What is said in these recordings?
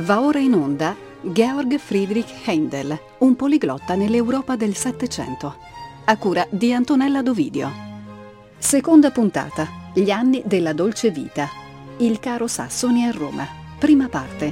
Va ora in onda Georg Friedrich Händel, un poliglotta nell'Europa del Settecento, a cura di Antonella Dovidio. Seconda puntata, gli anni della dolce vita. Il caro Sassoni a Roma. Prima parte.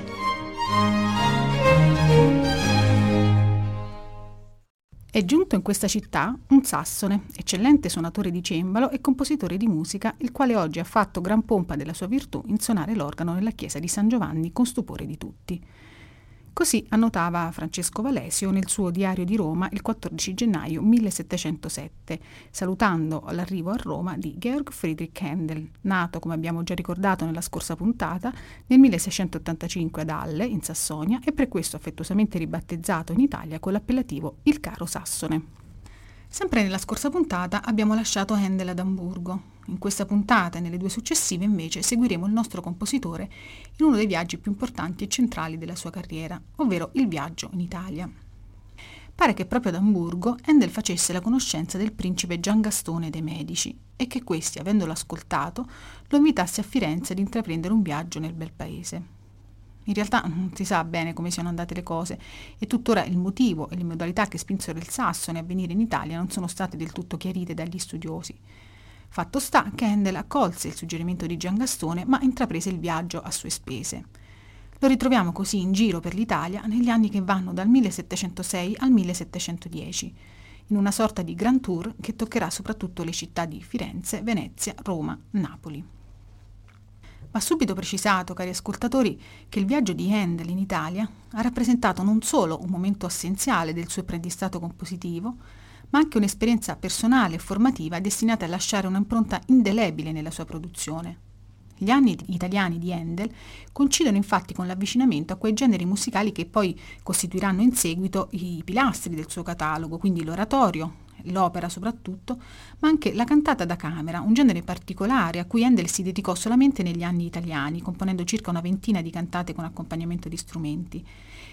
È giunto in questa città un sassone, eccellente suonatore di cembalo e compositore di musica, il quale oggi ha fatto gran pompa della sua virtù in suonare l'organo nella chiesa di San Giovanni con stupore di tutti. Così annotava Francesco Valesio nel suo diario di Roma il 14 gennaio 1707, salutando l'arrivo a Roma di Georg Friedrich Händel, nato, come abbiamo già ricordato nella scorsa puntata, nel 1685 ad Halle, in Sassonia, e per questo affettuosamente ribattezzato in Italia con l'appellativo il caro Sassone. Sempre nella scorsa puntata abbiamo lasciato Händel ad Amburgo. In questa puntata e nelle due successive invece seguiremo il nostro compositore in uno dei viaggi più importanti e centrali della sua carriera, ovvero il viaggio in Italia. Pare che proprio ad Amburgo Händel facesse la conoscenza del principe Giangastone dei Medici e che questi, avendolo ascoltato, lo invitasse a Firenze ad intraprendere un viaggio nel bel paese. In realtà non si sa bene come siano andate le cose e tuttora il motivo e le modalità che spinsero il Sassone a venire in Italia non sono state del tutto chiarite dagli studiosi. Fatto sta che Händel accolse il suggerimento di Giangastone, ma intraprese il viaggio a sue spese. Lo ritroviamo così in giro per l'Italia negli anni che vanno dal 1706 al 1710, in una sorta di grand tour che toccherà soprattutto le città di Firenze, Venezia, Roma, Napoli. Va subito precisato, cari ascoltatori, che il viaggio di Händel in Italia ha rappresentato non solo un momento essenziale del suo apprendistato compositivo, ma anche un'esperienza personale e formativa destinata a lasciare un'impronta indelebile nella sua produzione. Gli anni italiani di Händel coincidono infatti con l'avvicinamento a quei generi musicali che poi costituiranno in seguito i pilastri del suo catalogo, quindi l'oratorio, l'opera soprattutto, ma anche la cantata da camera, un genere particolare a cui Händel si dedicò solamente negli anni italiani, componendo circa una ventina di cantate con accompagnamento di strumenti.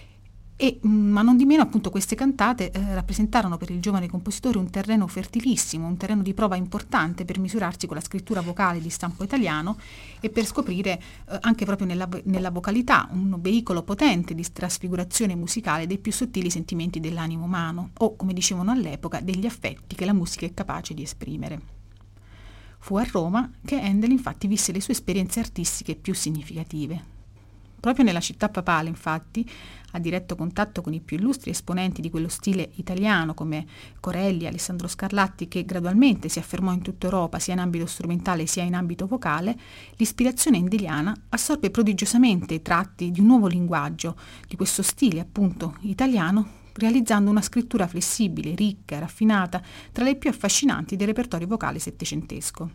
Ma non di meno appunto queste cantate rappresentarono per il giovane compositore un terreno fertilissimo, un terreno di prova importante per misurarsi con la scrittura vocale di stampo italiano e per scoprire anche proprio nella vocalità un veicolo potente di trasfigurazione musicale dei più sottili sentimenti dell'animo umano o, come dicevano all'epoca, degli affetti che la musica è capace di esprimere. Fu a Roma che Händel infatti visse le sue esperienze artistiche più significative. Proprio nella città papale, infatti, a diretto contatto con i più illustri esponenti di quello stile italiano come Corelli, Alessandro Scarlatti, che gradualmente si affermò in tutta Europa sia in ambito strumentale sia in ambito vocale, l'ispirazione händeliana assorbe prodigiosamente i tratti di un nuovo linguaggio, di questo stile appunto italiano, realizzando una scrittura flessibile, ricca, raffinata, tra le più affascinanti del repertorio vocale settecentesco.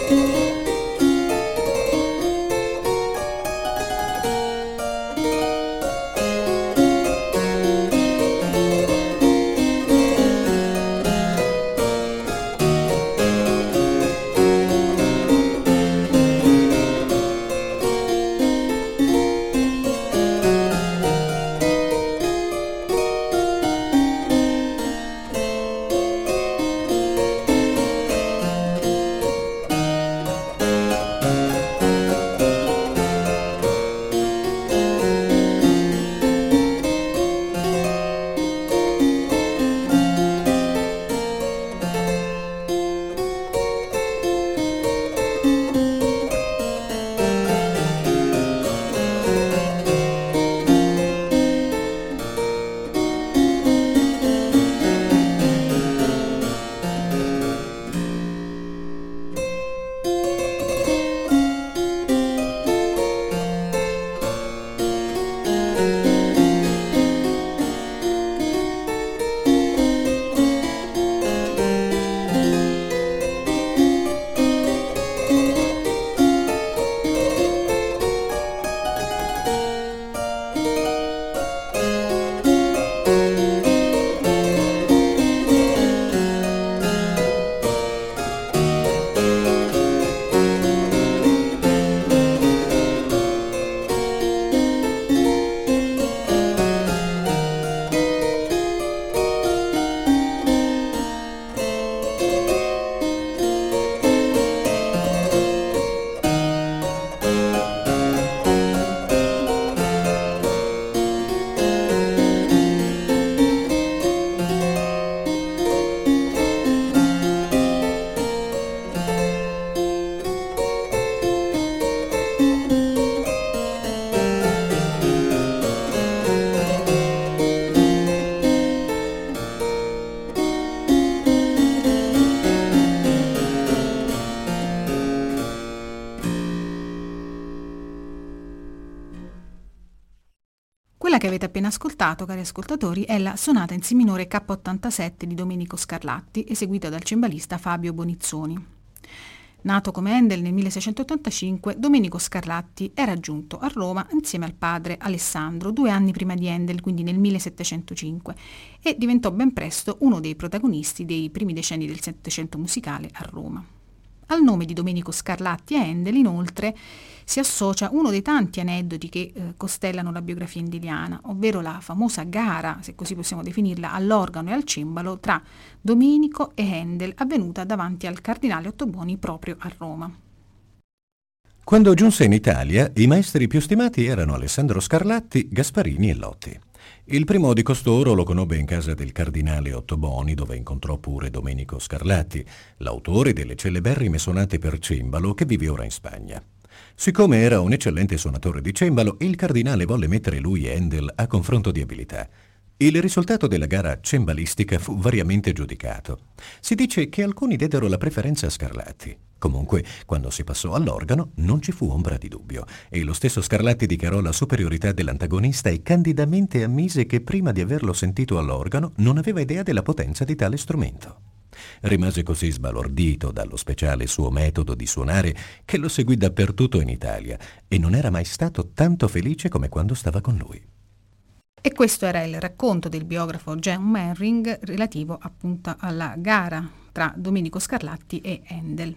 Quella che avete appena ascoltato, cari ascoltatori, è la sonata in si minore K87 di Domenico Scarlatti, eseguita dal cembalista Fabio Bonizzoni. Nato come Handel nel 1685, Domenico Scarlatti era giunto a Roma insieme al padre Alessandro 2 anni prima di Handel, quindi nel 1705, e diventò ben presto uno dei protagonisti dei primi decenni del Settecento musicale a Roma. Al nome di Domenico Scarlatti e Handel, inoltre, si associa uno dei tanti aneddoti che costellano la biografia handeliana, ovvero la famosa gara, se così possiamo definirla, all'organo e al cembalo tra Domenico e Handel, avvenuta davanti al cardinale Ottoboni proprio a Roma. Quando giunse in Italia, i maestri più stimati erano Alessandro Scarlatti, Gasparini e Lotti. Il primo di costoro lo conobbe in casa del cardinale Ottoboni, dove incontrò pure Domenico Scarlatti, l'autore delle celeberrime sonate per cembalo che vive ora in Spagna. Siccome era un eccellente suonatore di cembalo, il cardinale volle mettere lui e Handel a confronto di abilità. Il risultato della gara cembalistica fu variamente giudicato. Si dice che alcuni diedero la preferenza a Scarlatti. Comunque, quando si passò all'organo, non ci fu ombra di dubbio, e lo stesso Scarlatti dichiarò la superiorità dell'antagonista e candidamente ammise che prima di averlo sentito all'organo non aveva idea della potenza di tale strumento. Rimase così sbalordito dallo speciale suo metodo di suonare che lo seguì dappertutto in Italia e non era mai stato tanto felice come quando stava con lui. E questo era il racconto del biografo Jan Merring relativo appunto alla gara tra Domenico Scarlatti e Handel.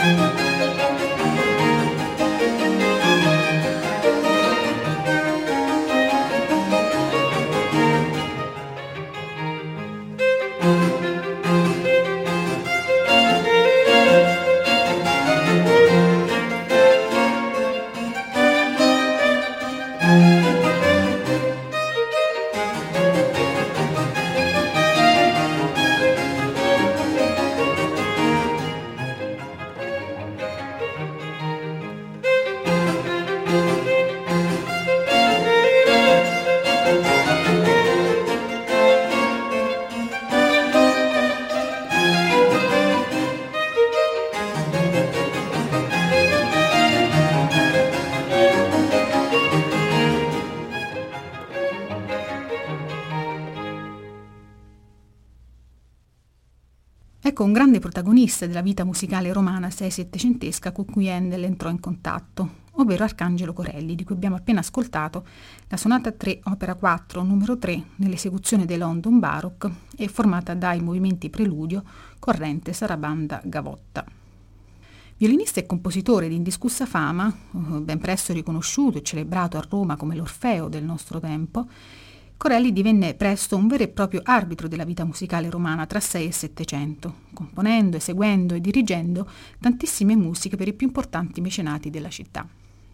Ecco un grande protagonista della vita musicale romana sei-settecentesca con cui Handel entrò in contatto, ovvero Arcangelo Corelli, di cui abbiamo appena ascoltato la sonata 3 opera 4 numero 3 nell'esecuzione dei London Baroque e formata dai movimenti preludio, corrente, sarabanda, gavotta. Violinista e compositore di indiscussa fama, ben presto riconosciuto e celebrato a Roma come l'Orfeo del nostro tempo, Corelli divenne presto un vero e proprio arbitro della vita musicale romana tra 6 e 700, componendo, eseguendo e dirigendo tantissime musiche per i più importanti mecenati della città.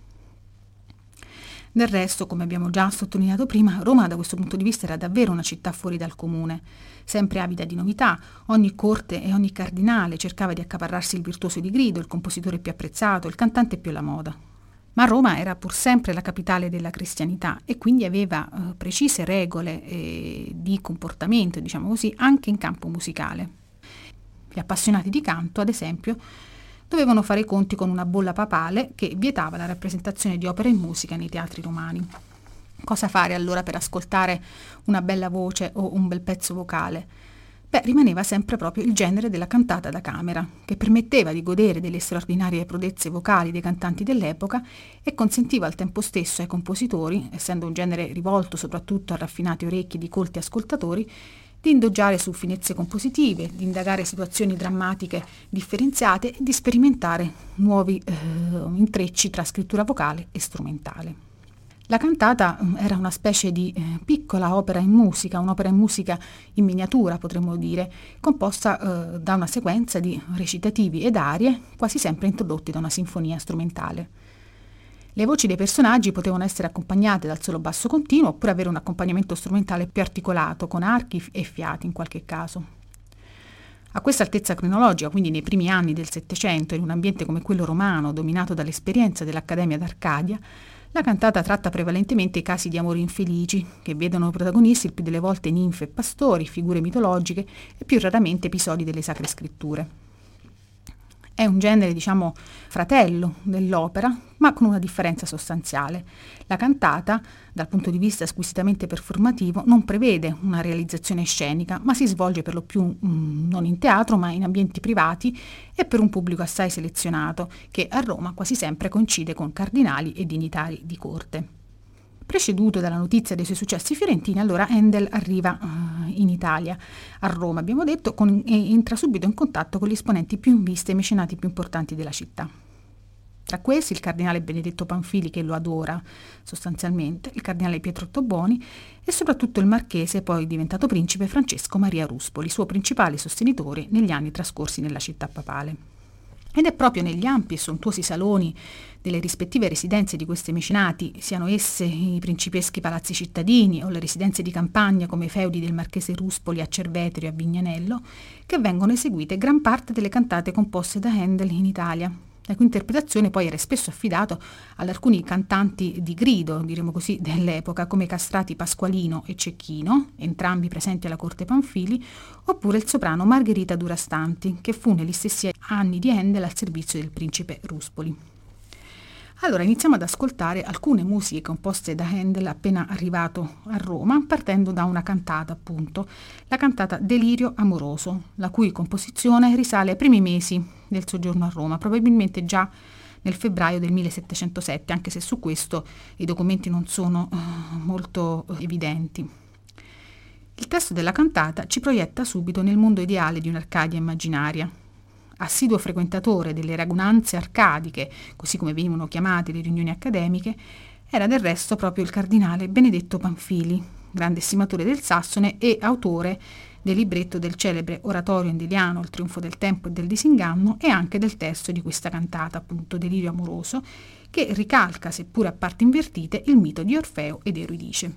Del resto, come abbiamo già sottolineato prima, Roma da questo punto di vista era davvero una città fuori dal comune, sempre avida di novità. Ogni corte e ogni cardinale cercava di accaparrarsi il virtuoso di grido, il compositore più apprezzato, il cantante più alla moda. Ma Roma era pur sempre la capitale della cristianità e quindi aveva precise regole di comportamento, diciamo così, anche in campo musicale. Gli appassionati di canto, ad esempio, dovevano fare i conti con una bolla papale che vietava la rappresentazione di opere e musica nei teatri romani. Cosa fare allora per ascoltare una bella voce o un bel pezzo vocale? Rimaneva sempre proprio il genere della cantata da camera, che permetteva di godere delle straordinarie prodezze vocali dei cantanti dell'epoca e consentiva al tempo stesso ai compositori, essendo un genere rivolto soprattutto a raffinati orecchi di colti ascoltatori, di indugiare su finezze compositive, di indagare situazioni drammatiche differenziate e di sperimentare nuovi intrecci tra scrittura vocale e strumentale. La cantata era una specie di piccola opera in musica, un'opera in musica in miniatura potremmo dire, composta da una sequenza di recitativi ed arie quasi sempre introdotti da una sinfonia strumentale. Le voci dei personaggi potevano essere accompagnate dal solo basso continuo oppure avere un accompagnamento strumentale più articolato, con archi e fiati in qualche caso. A questa altezza cronologica, quindi nei primi anni del Settecento, in un ambiente come quello romano, dominato dall'esperienza dell'Accademia d'Arcadia, la cantata tratta prevalentemente i casi di amori infelici, che vedono protagonisti il più delle volte ninfe e pastori, figure mitologiche e più raramente episodi delle Sacre Scritture. È un genere, diciamo, fratello dell'opera, ma con una differenza sostanziale. La cantata, dal punto di vista squisitamente performativo, non prevede una realizzazione scenica, ma si svolge per lo più non in teatro, ma in ambienti privati e per un pubblico assai selezionato, che a Roma quasi sempre coincide con cardinali e dignitari di corte. Preceduto dalla notizia dei suoi successi fiorentini, allora Handel arriva in Italia, a Roma, abbiamo detto, e entra subito in contatto con gli esponenti più in vista e i mecenati più importanti della città. Tra questi il cardinale Benedetto Pamphili, che lo adora sostanzialmente, il cardinale Pietro Ottoboni e soprattutto il marchese, poi diventato principe, Francesco Maria Ruspoli, suo principale sostenitore negli anni trascorsi nella città papale. Ed è proprio negli ampi e sontuosi saloni delle rispettive residenze di questi mecenati, siano esse i principeschi palazzi cittadini o le residenze di campagna come i feudi del marchese Ruspoli a Cerveteri e a Vignanello, che vengono eseguite gran parte delle cantate composte da Handel in Italia, la cui interpretazione poi era spesso affidato ad alcuni cantanti di grido, diremo così, dell'epoca, come i castrati Pasqualino e Cecchino, entrambi presenti alla corte Pamphili, oppure il soprano Margherita Durastanti, che fu negli stessi anni di Handel al servizio del principe Ruspoli. Allora iniziamo ad ascoltare alcune musiche composte da Handel appena arrivato a Roma, partendo da una cantata, appunto, la cantata Delirio amoroso, la cui composizione risale ai primi mesi del soggiorno a Roma, probabilmente già nel febbraio del 1707, anche se su questo i documenti non sono molto evidenti. Il testo della cantata ci proietta subito nel mondo ideale di un'Arcadia immaginaria. assiduo frequentatore delle ragunanze arcadiche, così come venivano chiamate le riunioni accademiche, era del resto proprio il cardinale Benedetto Pamphili, grande estimatore del Sassone e autore del libretto del celebre oratorio endeliano Il trionfo del tempo e del disinganno, e anche del testo di questa cantata, appunto Delirio amoroso, che ricalca, seppure a parti invertite, il mito di Orfeo ed Euridice.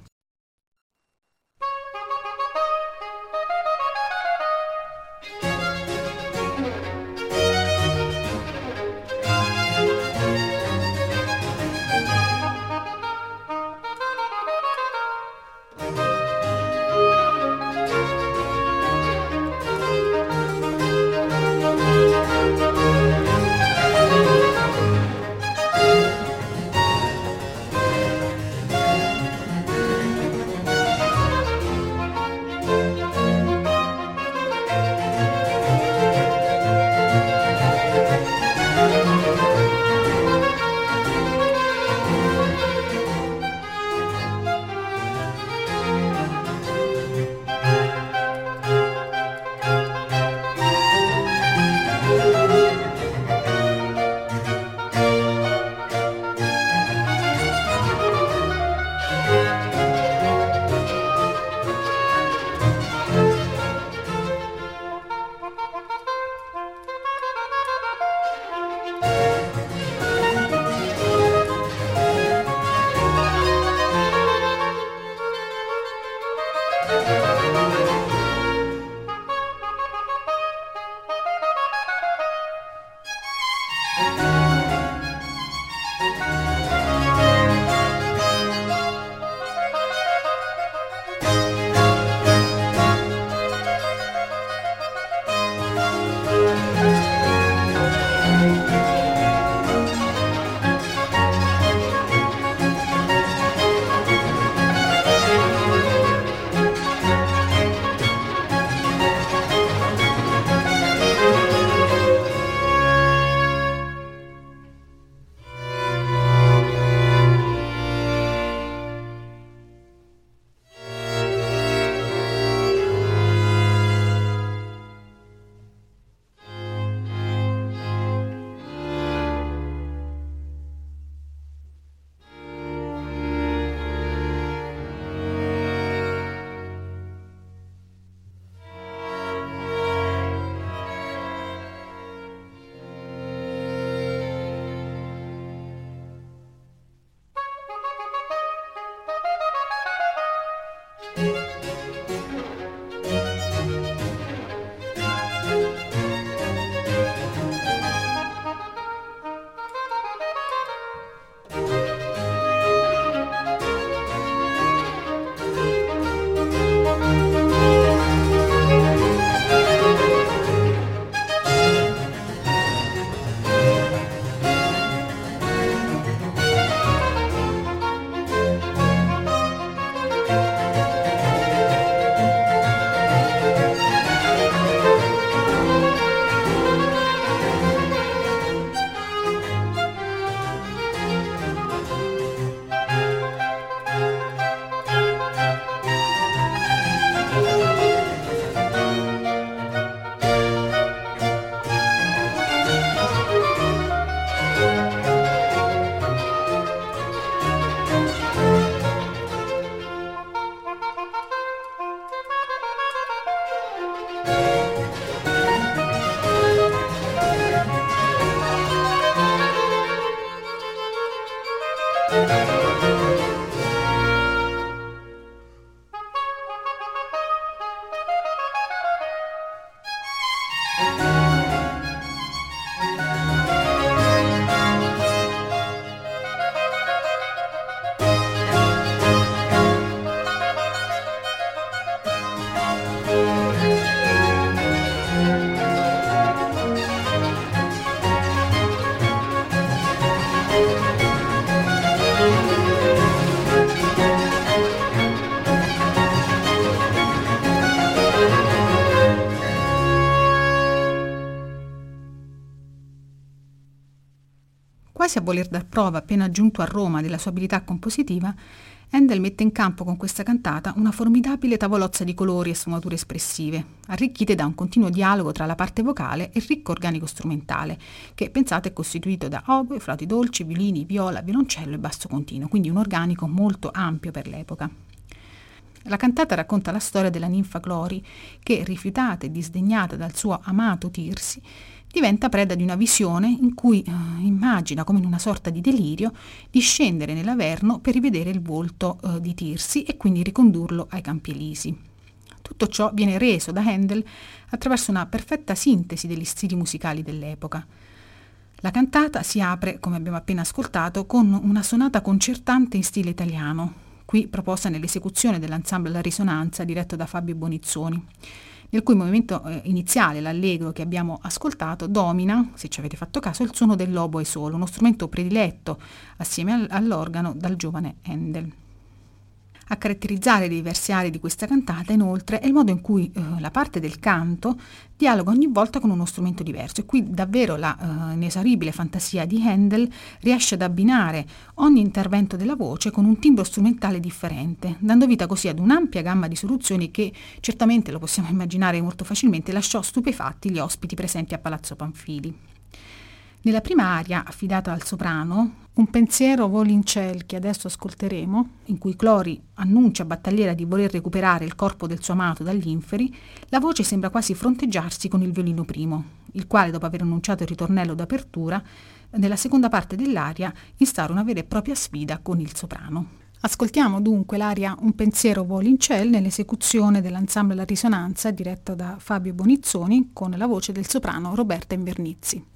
Quasi a voler dar prova, appena giunto a Roma, della sua abilità compositiva, Handel mette in campo con questa cantata una formidabile tavolozza di colori e sfumature espressive, arricchite da un continuo dialogo tra la parte vocale e il ricco organico strumentale, che pensate è costituito da oboe, flauti dolci, violini, viola, violoncello e basso continuo, quindi un organico molto ampio per l'epoca. La cantata racconta la storia della ninfa Glory che, rifiutata e disdegnata dal suo amato Tirsi, diventa preda di una visione in cui immagina, come in una sorta di delirio, di scendere nell'Averno per rivedere il volto di Tirsi e quindi ricondurlo ai Campi Elisi. Tutto ciò viene reso da Handel attraverso una perfetta sintesi degli stili musicali dell'epoca. La cantata si apre, come abbiamo appena ascoltato, con una sonata concertante in stile italiano, qui proposta nell'esecuzione dell'ensemble La Risonanza diretto da Fabio Bonizzoni, nel cui movimento iniziale, l'allegro che abbiamo ascoltato, domina, se ci avete fatto caso, il suono dell'oboe solo, uno strumento prediletto assieme all'organo dal giovane Handel. A caratterizzare le diverse aree di questa cantata, inoltre, è il modo in cui la parte del canto dialoga ogni volta con uno strumento diverso, e qui davvero la inesauribile fantasia di Handel riesce ad abbinare ogni intervento della voce con un timbro strumentale differente, dando vita così ad un'ampia gamma di soluzioni che, certamente lo possiamo immaginare molto facilmente, lasciò stupefatti gli ospiti presenti a Palazzo Panfili. Nella prima aria, affidata al soprano, Un pensiero voli in ciel, che adesso ascolteremo, in cui Glory annuncia battagliera di voler recuperare il corpo del suo amato dagli inferi, la voce sembra quasi fronteggiarsi con il violino primo, il quale, dopo aver annunciato il ritornello d'apertura, nella seconda parte dell'aria instaura una vera e propria sfida con il soprano. Ascoltiamo dunque l'aria Un pensiero voli in ciel nell'esecuzione dell'ensemble La Risonanza diretta da Fabio Bonizzoni con la voce del soprano Roberta Invernizzi.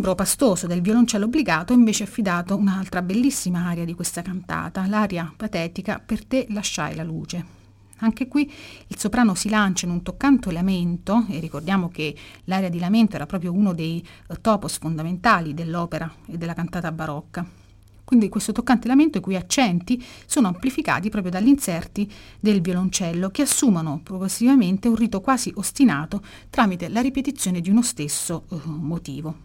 timbro pastoso del violoncello obbligato è invece affidato un'altra bellissima aria di questa cantata, l'aria patetica Per te lasciai la luce. Anche qui il soprano si lancia in un toccante lamento, e ricordiamo che l'aria di lamento era proprio uno dei topos fondamentali dell'opera e della cantata barocca. Quindi questo toccante lamento i cui accenti sono amplificati proprio dagli inserti del violoncello, che assumono progressivamente un rito quasi ostinato tramite la ripetizione di uno stesso motivo.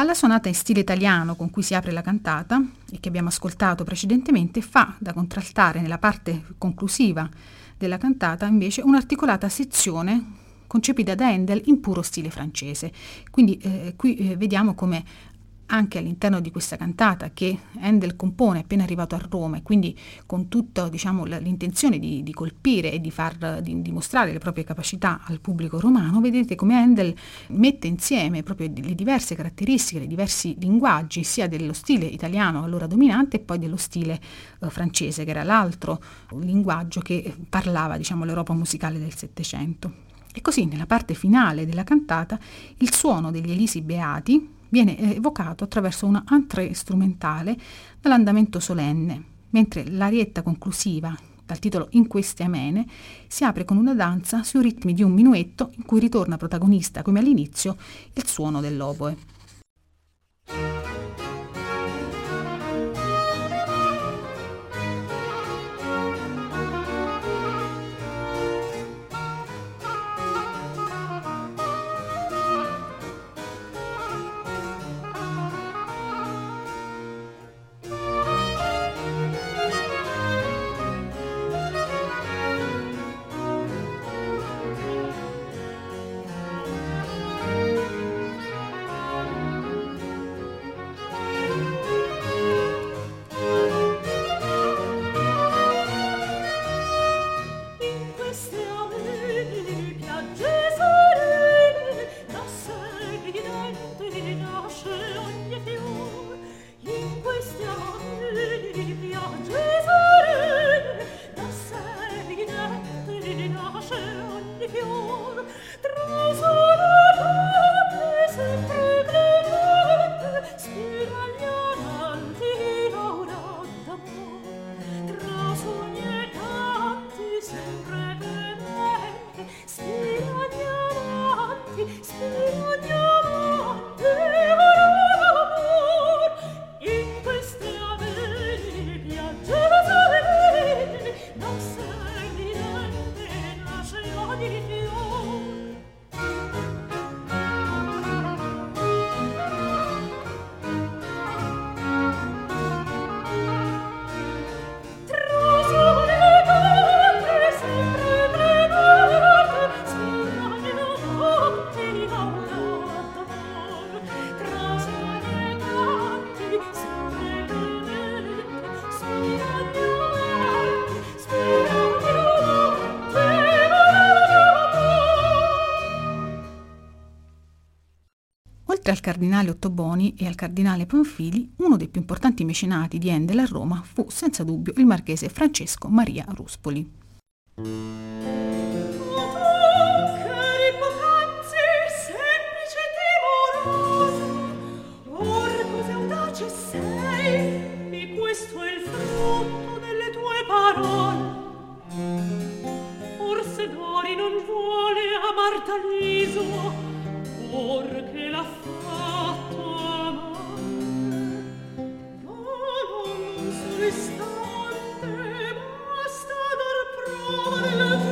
Alla sonata in stile italiano con cui si apre la cantata, e che abbiamo ascoltato precedentemente, fa da contraltare nella parte conclusiva della cantata invece un'articolata sezione concepita da Handel in puro stile francese. Quindi qui vediamo come anche all'interno di questa cantata che Handel compone appena arrivato a Roma, e quindi con tutta l'intenzione di colpire e di mostrare le proprie capacità al pubblico romano, vedete come Handel mette insieme proprio le diverse caratteristiche, i diversi linguaggi, sia dello stile italiano allora dominante e poi dello stile francese, che era l'altro linguaggio che parlava l'Europa musicale del Settecento. E così nella parte finale della cantata il suono degli Elisi Beati viene evocato attraverso una entrée strumentale dall'andamento solenne, mentre l'arietta conclusiva, dal titolo In queste amene, si apre con una danza sui ritmi di un minuetto in cui ritorna protagonista, come all'inizio, il suono dell'oboe. Oltre al cardinale Ottoboni e al cardinale Pamphili, uno dei più importanti mecenati di Handel a Roma fu senza dubbio il marchese Francesco Maria Ruspoli. Questo è il frutto delle tue parole. Forse Dori non vuole amar Taliso, perché l'ha fatto amare. Ma non un solo istante basta dar prova della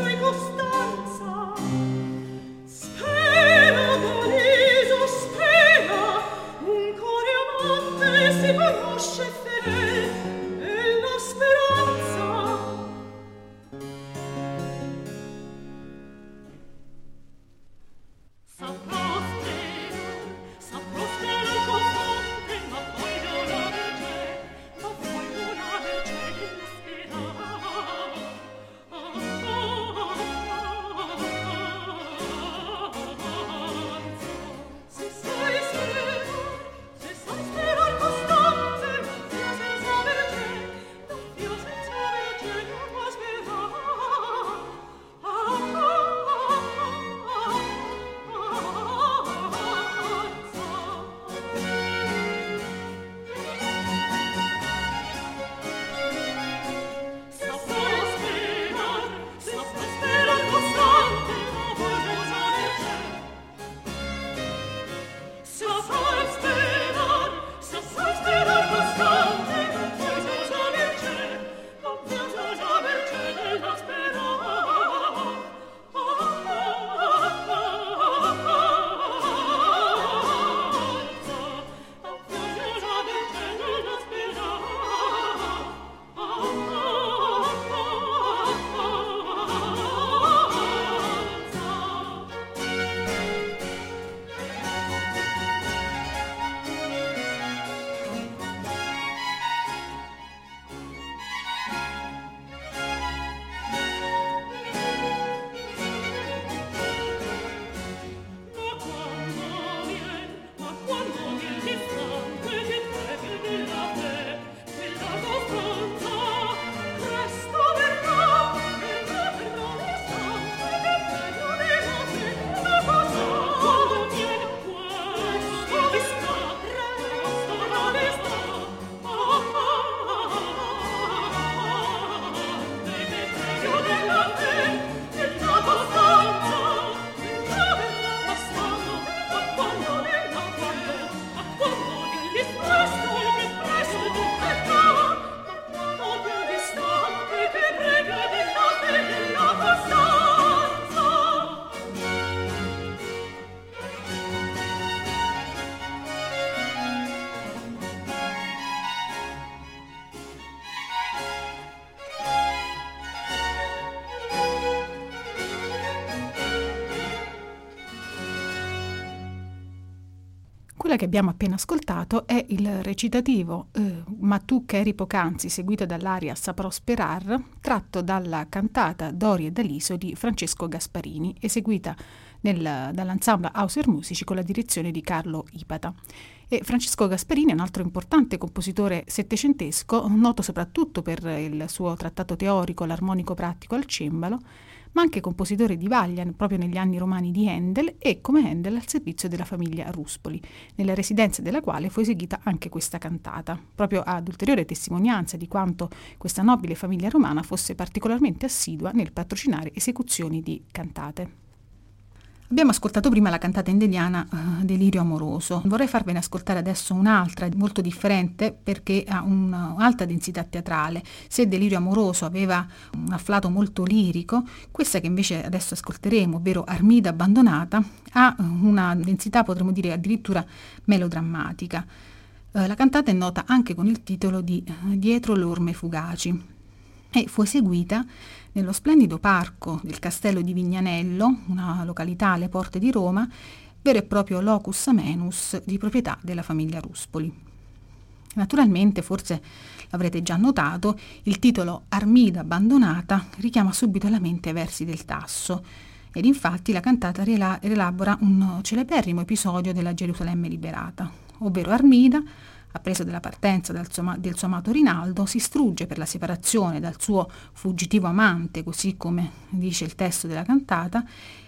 Quella che abbiamo appena ascoltato è il recitativo Ma tu che eri poc'anzi, seguito dall'aria Saprò sperar, tratto dalla cantata Dori e Daliso di Francesco Gasparini, eseguita dall'ensemble Hauser Musici con la direzione di Carlo Ipata. E Francesco Gasparini è un altro importante compositore settecentesco, noto soprattutto per il suo trattato teorico, l'armonico pratico al cembalo, ma anche compositore di vaglia proprio negli anni romani di Handel e come Handel al servizio della famiglia Ruspoli, nella residenza della quale fu eseguita anche questa cantata, proprio ad ulteriore testimonianza di quanto questa nobile famiglia romana fosse particolarmente assidua nel patrocinare esecuzioni di cantate. Abbiamo ascoltato prima la cantata endeliana Delirio amoroso. Vorrei farvene ascoltare adesso un'altra, molto differente perché ha un'alta densità teatrale. Se Delirio amoroso aveva un afflato molto lirico, questa che invece adesso ascolteremo, ovvero Armida abbandonata, ha una densità, potremmo dire, addirittura melodrammatica. La cantata è nota anche con il titolo di Dietro le orme fugaci e fu eseguita nello splendido parco del castello di Vignanello, una località alle porte di Roma, vero e proprio locus amenus di proprietà della famiglia Ruspoli. Naturalmente, forse l'avrete già notato, il titolo Armida abbandonata richiama subito alla mente i versi del Tasso, ed infatti la cantata rielabora un celeberrimo episodio della Gerusalemme liberata, ovvero Armida, appreso della partenza del suo amato Rinaldo, si strugge per la separazione dal suo fuggitivo amante, così come dice il testo della cantata,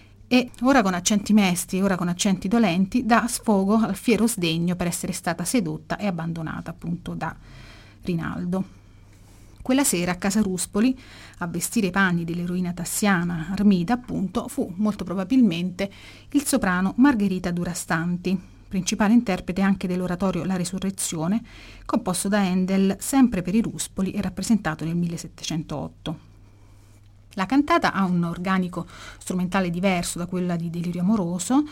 e ora con accenti mesti, ora con accenti dolenti, dà sfogo al fiero sdegno per essere stata sedotta e abbandonata appunto da Rinaldo. Quella sera a casa Ruspoli, a vestire i panni dell'eroina tassiana Armida, appunto, fu molto probabilmente il soprano Margherita Durastanti, principale interprete anche dell'oratorio La Resurrezione, composto da Handel sempre per i Ruspoli e rappresentato nel 1708. La cantata ha un organico strumentale diverso da quella di Delirio amoroso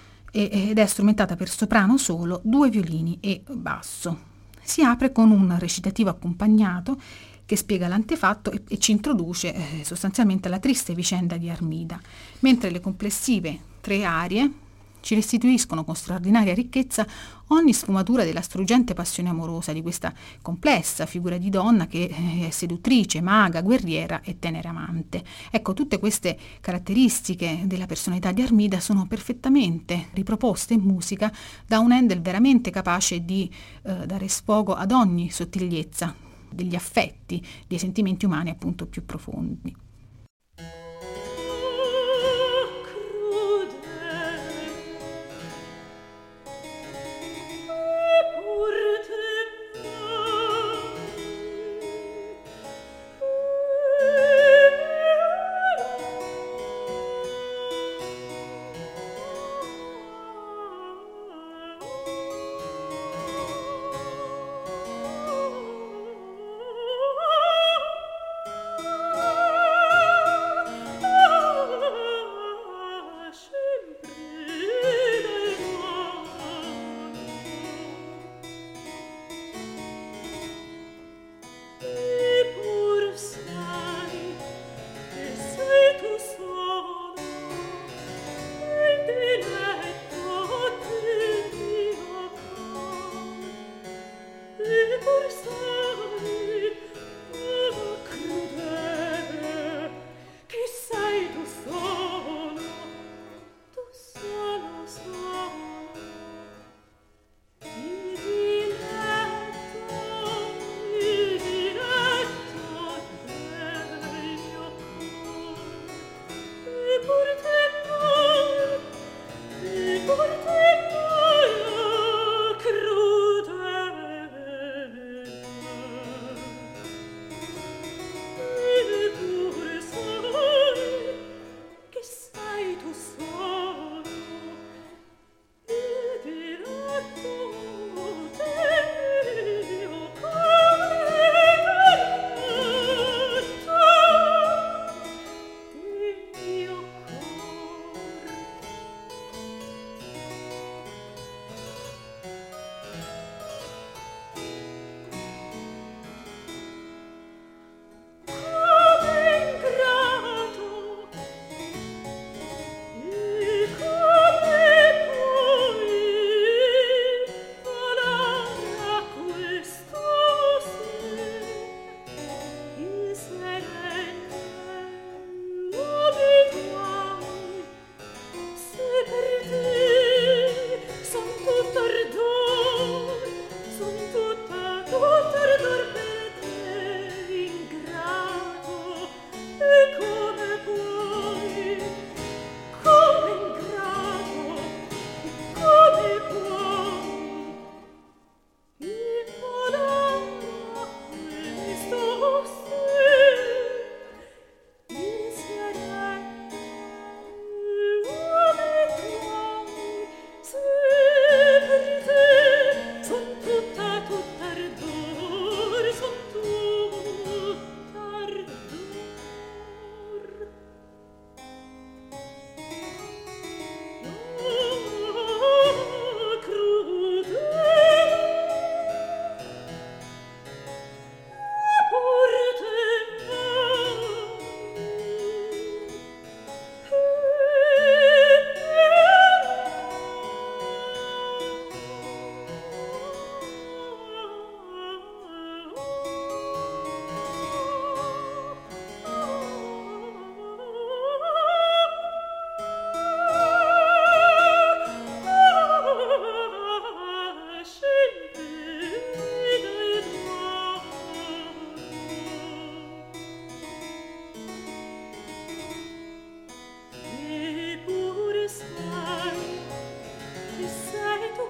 ed è strumentata per soprano solo, 2 violini e basso. Si apre con un recitativo accompagnato che spiega l'antefatto e ci introduce sostanzialmente alla triste vicenda di Armida, mentre le complessive 3 arie ci restituiscono con straordinaria ricchezza ogni sfumatura della struggente passione amorosa di questa complessa figura di donna che è seduttrice, maga, guerriera e tenera amante. Ecco, tutte queste caratteristiche della personalità di Armida sono perfettamente riproposte in musica da un Handel veramente capace di dare sfogo ad ogni sottigliezza degli affetti, dei sentimenti umani appunto più profondi.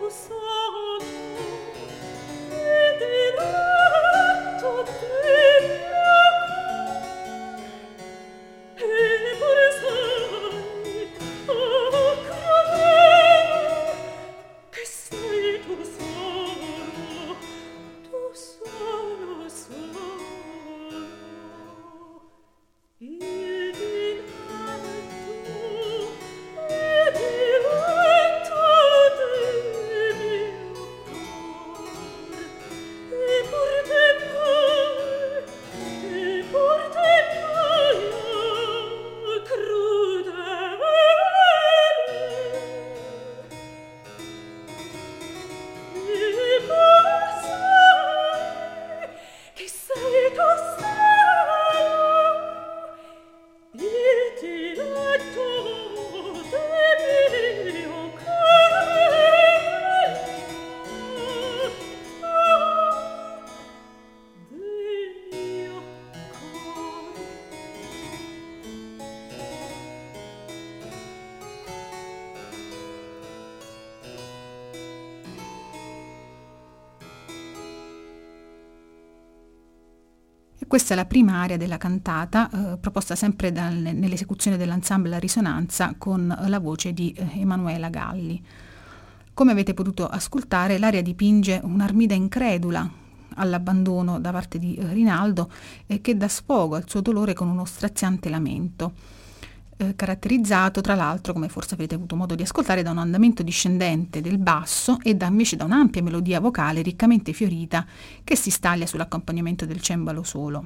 Questa è la prima aria della cantata, proposta sempre nell'esecuzione dell'ensemble La Risonanza con la voce di Emanuela Galli. Come avete potuto ascoltare, l'aria dipinge un'Armida incredula all'abbandono da parte di Rinaldo che dà sfogo al suo dolore con uno straziante lamento, caratterizzato tra l'altro, come forse avete avuto modo di ascoltare, da un andamento discendente del basso e invece da un'ampia melodia vocale riccamente fiorita che si staglia sull'accompagnamento del cembalo solo.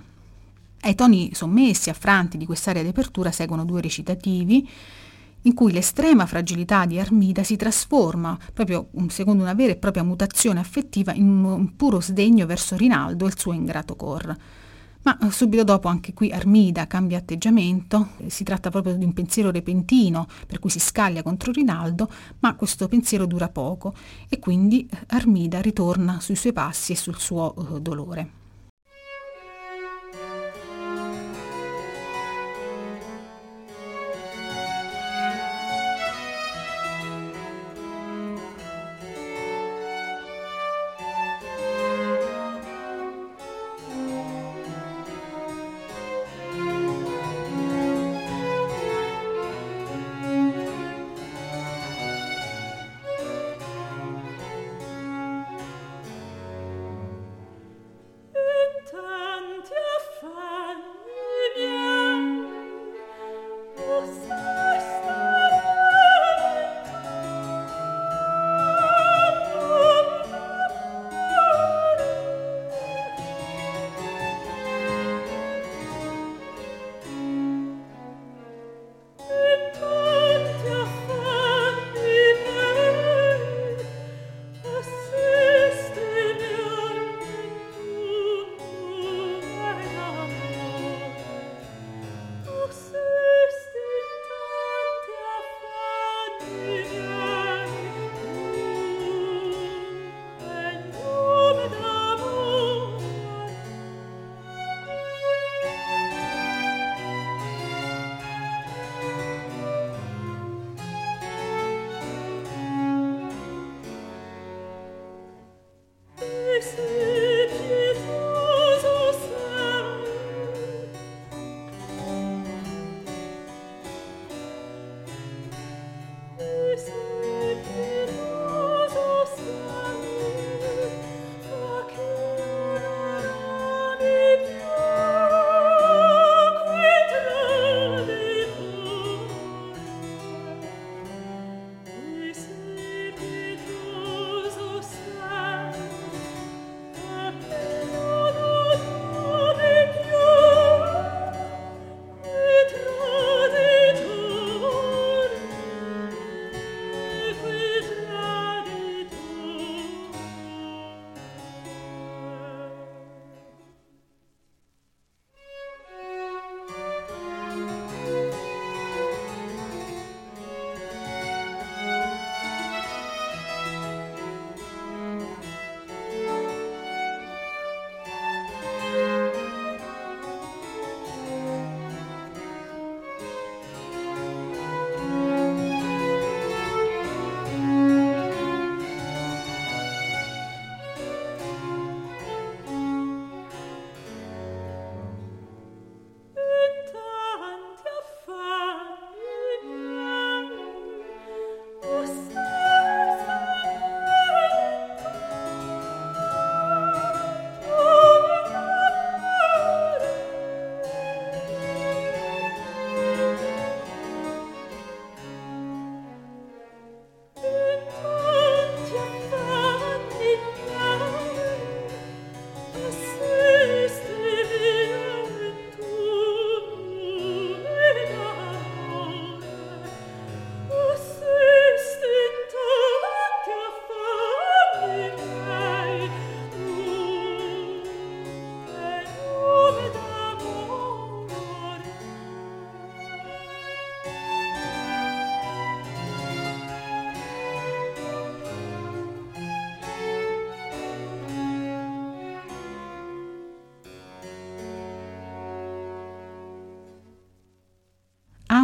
Ai toni sommessi, affranti di quest'area di apertura seguono due recitativi in cui l'estrema fragilità di Armida si trasforma, proprio secondo una vera e propria mutazione affettiva, in un puro sdegno verso Rinaldo e il suo ingrato cor. Ma subito dopo anche qui Armida cambia atteggiamento, si tratta proprio di un pensiero repentino per cui si scaglia contro Rinaldo, ma questo pensiero dura poco e quindi Armida ritorna sui suoi passi e sul suo dolore.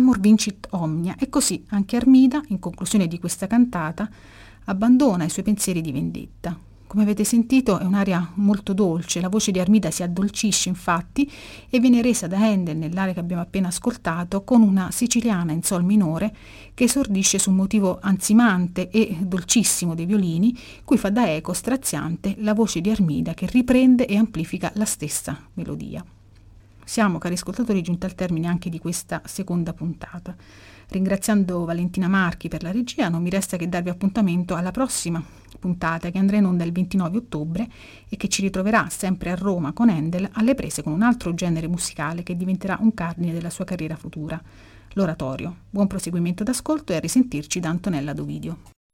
Amor vincit omnia, e così anche Armida, in conclusione di questa cantata, abbandona i suoi pensieri di vendetta. Come avete sentito è un'aria molto dolce, la voce di Armida si addolcisce infatti e viene resa da Handel nell'aria che abbiamo appena ascoltato con una siciliana in sol minore che esordisce su un motivo ansimante e dolcissimo dei violini, cui fa da eco straziante la voce di Armida che riprende e amplifica la stessa melodia. Siamo, cari ascoltatori, giunti al termine anche di questa seconda puntata. Ringraziando Valentina Marchi per la regia, non mi resta che darvi appuntamento alla prossima puntata che andrà in onda il 29 ottobre e che ci ritroverà sempre a Roma con Handel alle prese con un altro genere musicale che diventerà un cardine della sua carriera futura, l'oratorio. Buon proseguimento d'ascolto e a risentirci da Antonella Dovidio.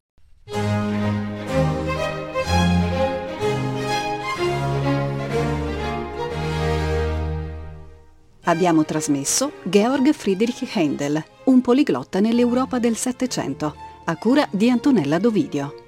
Abbiamo trasmesso Georg Friedrich Händel, un poliglotta nell'Europa del Settecento, a cura di Antonella Dovidio.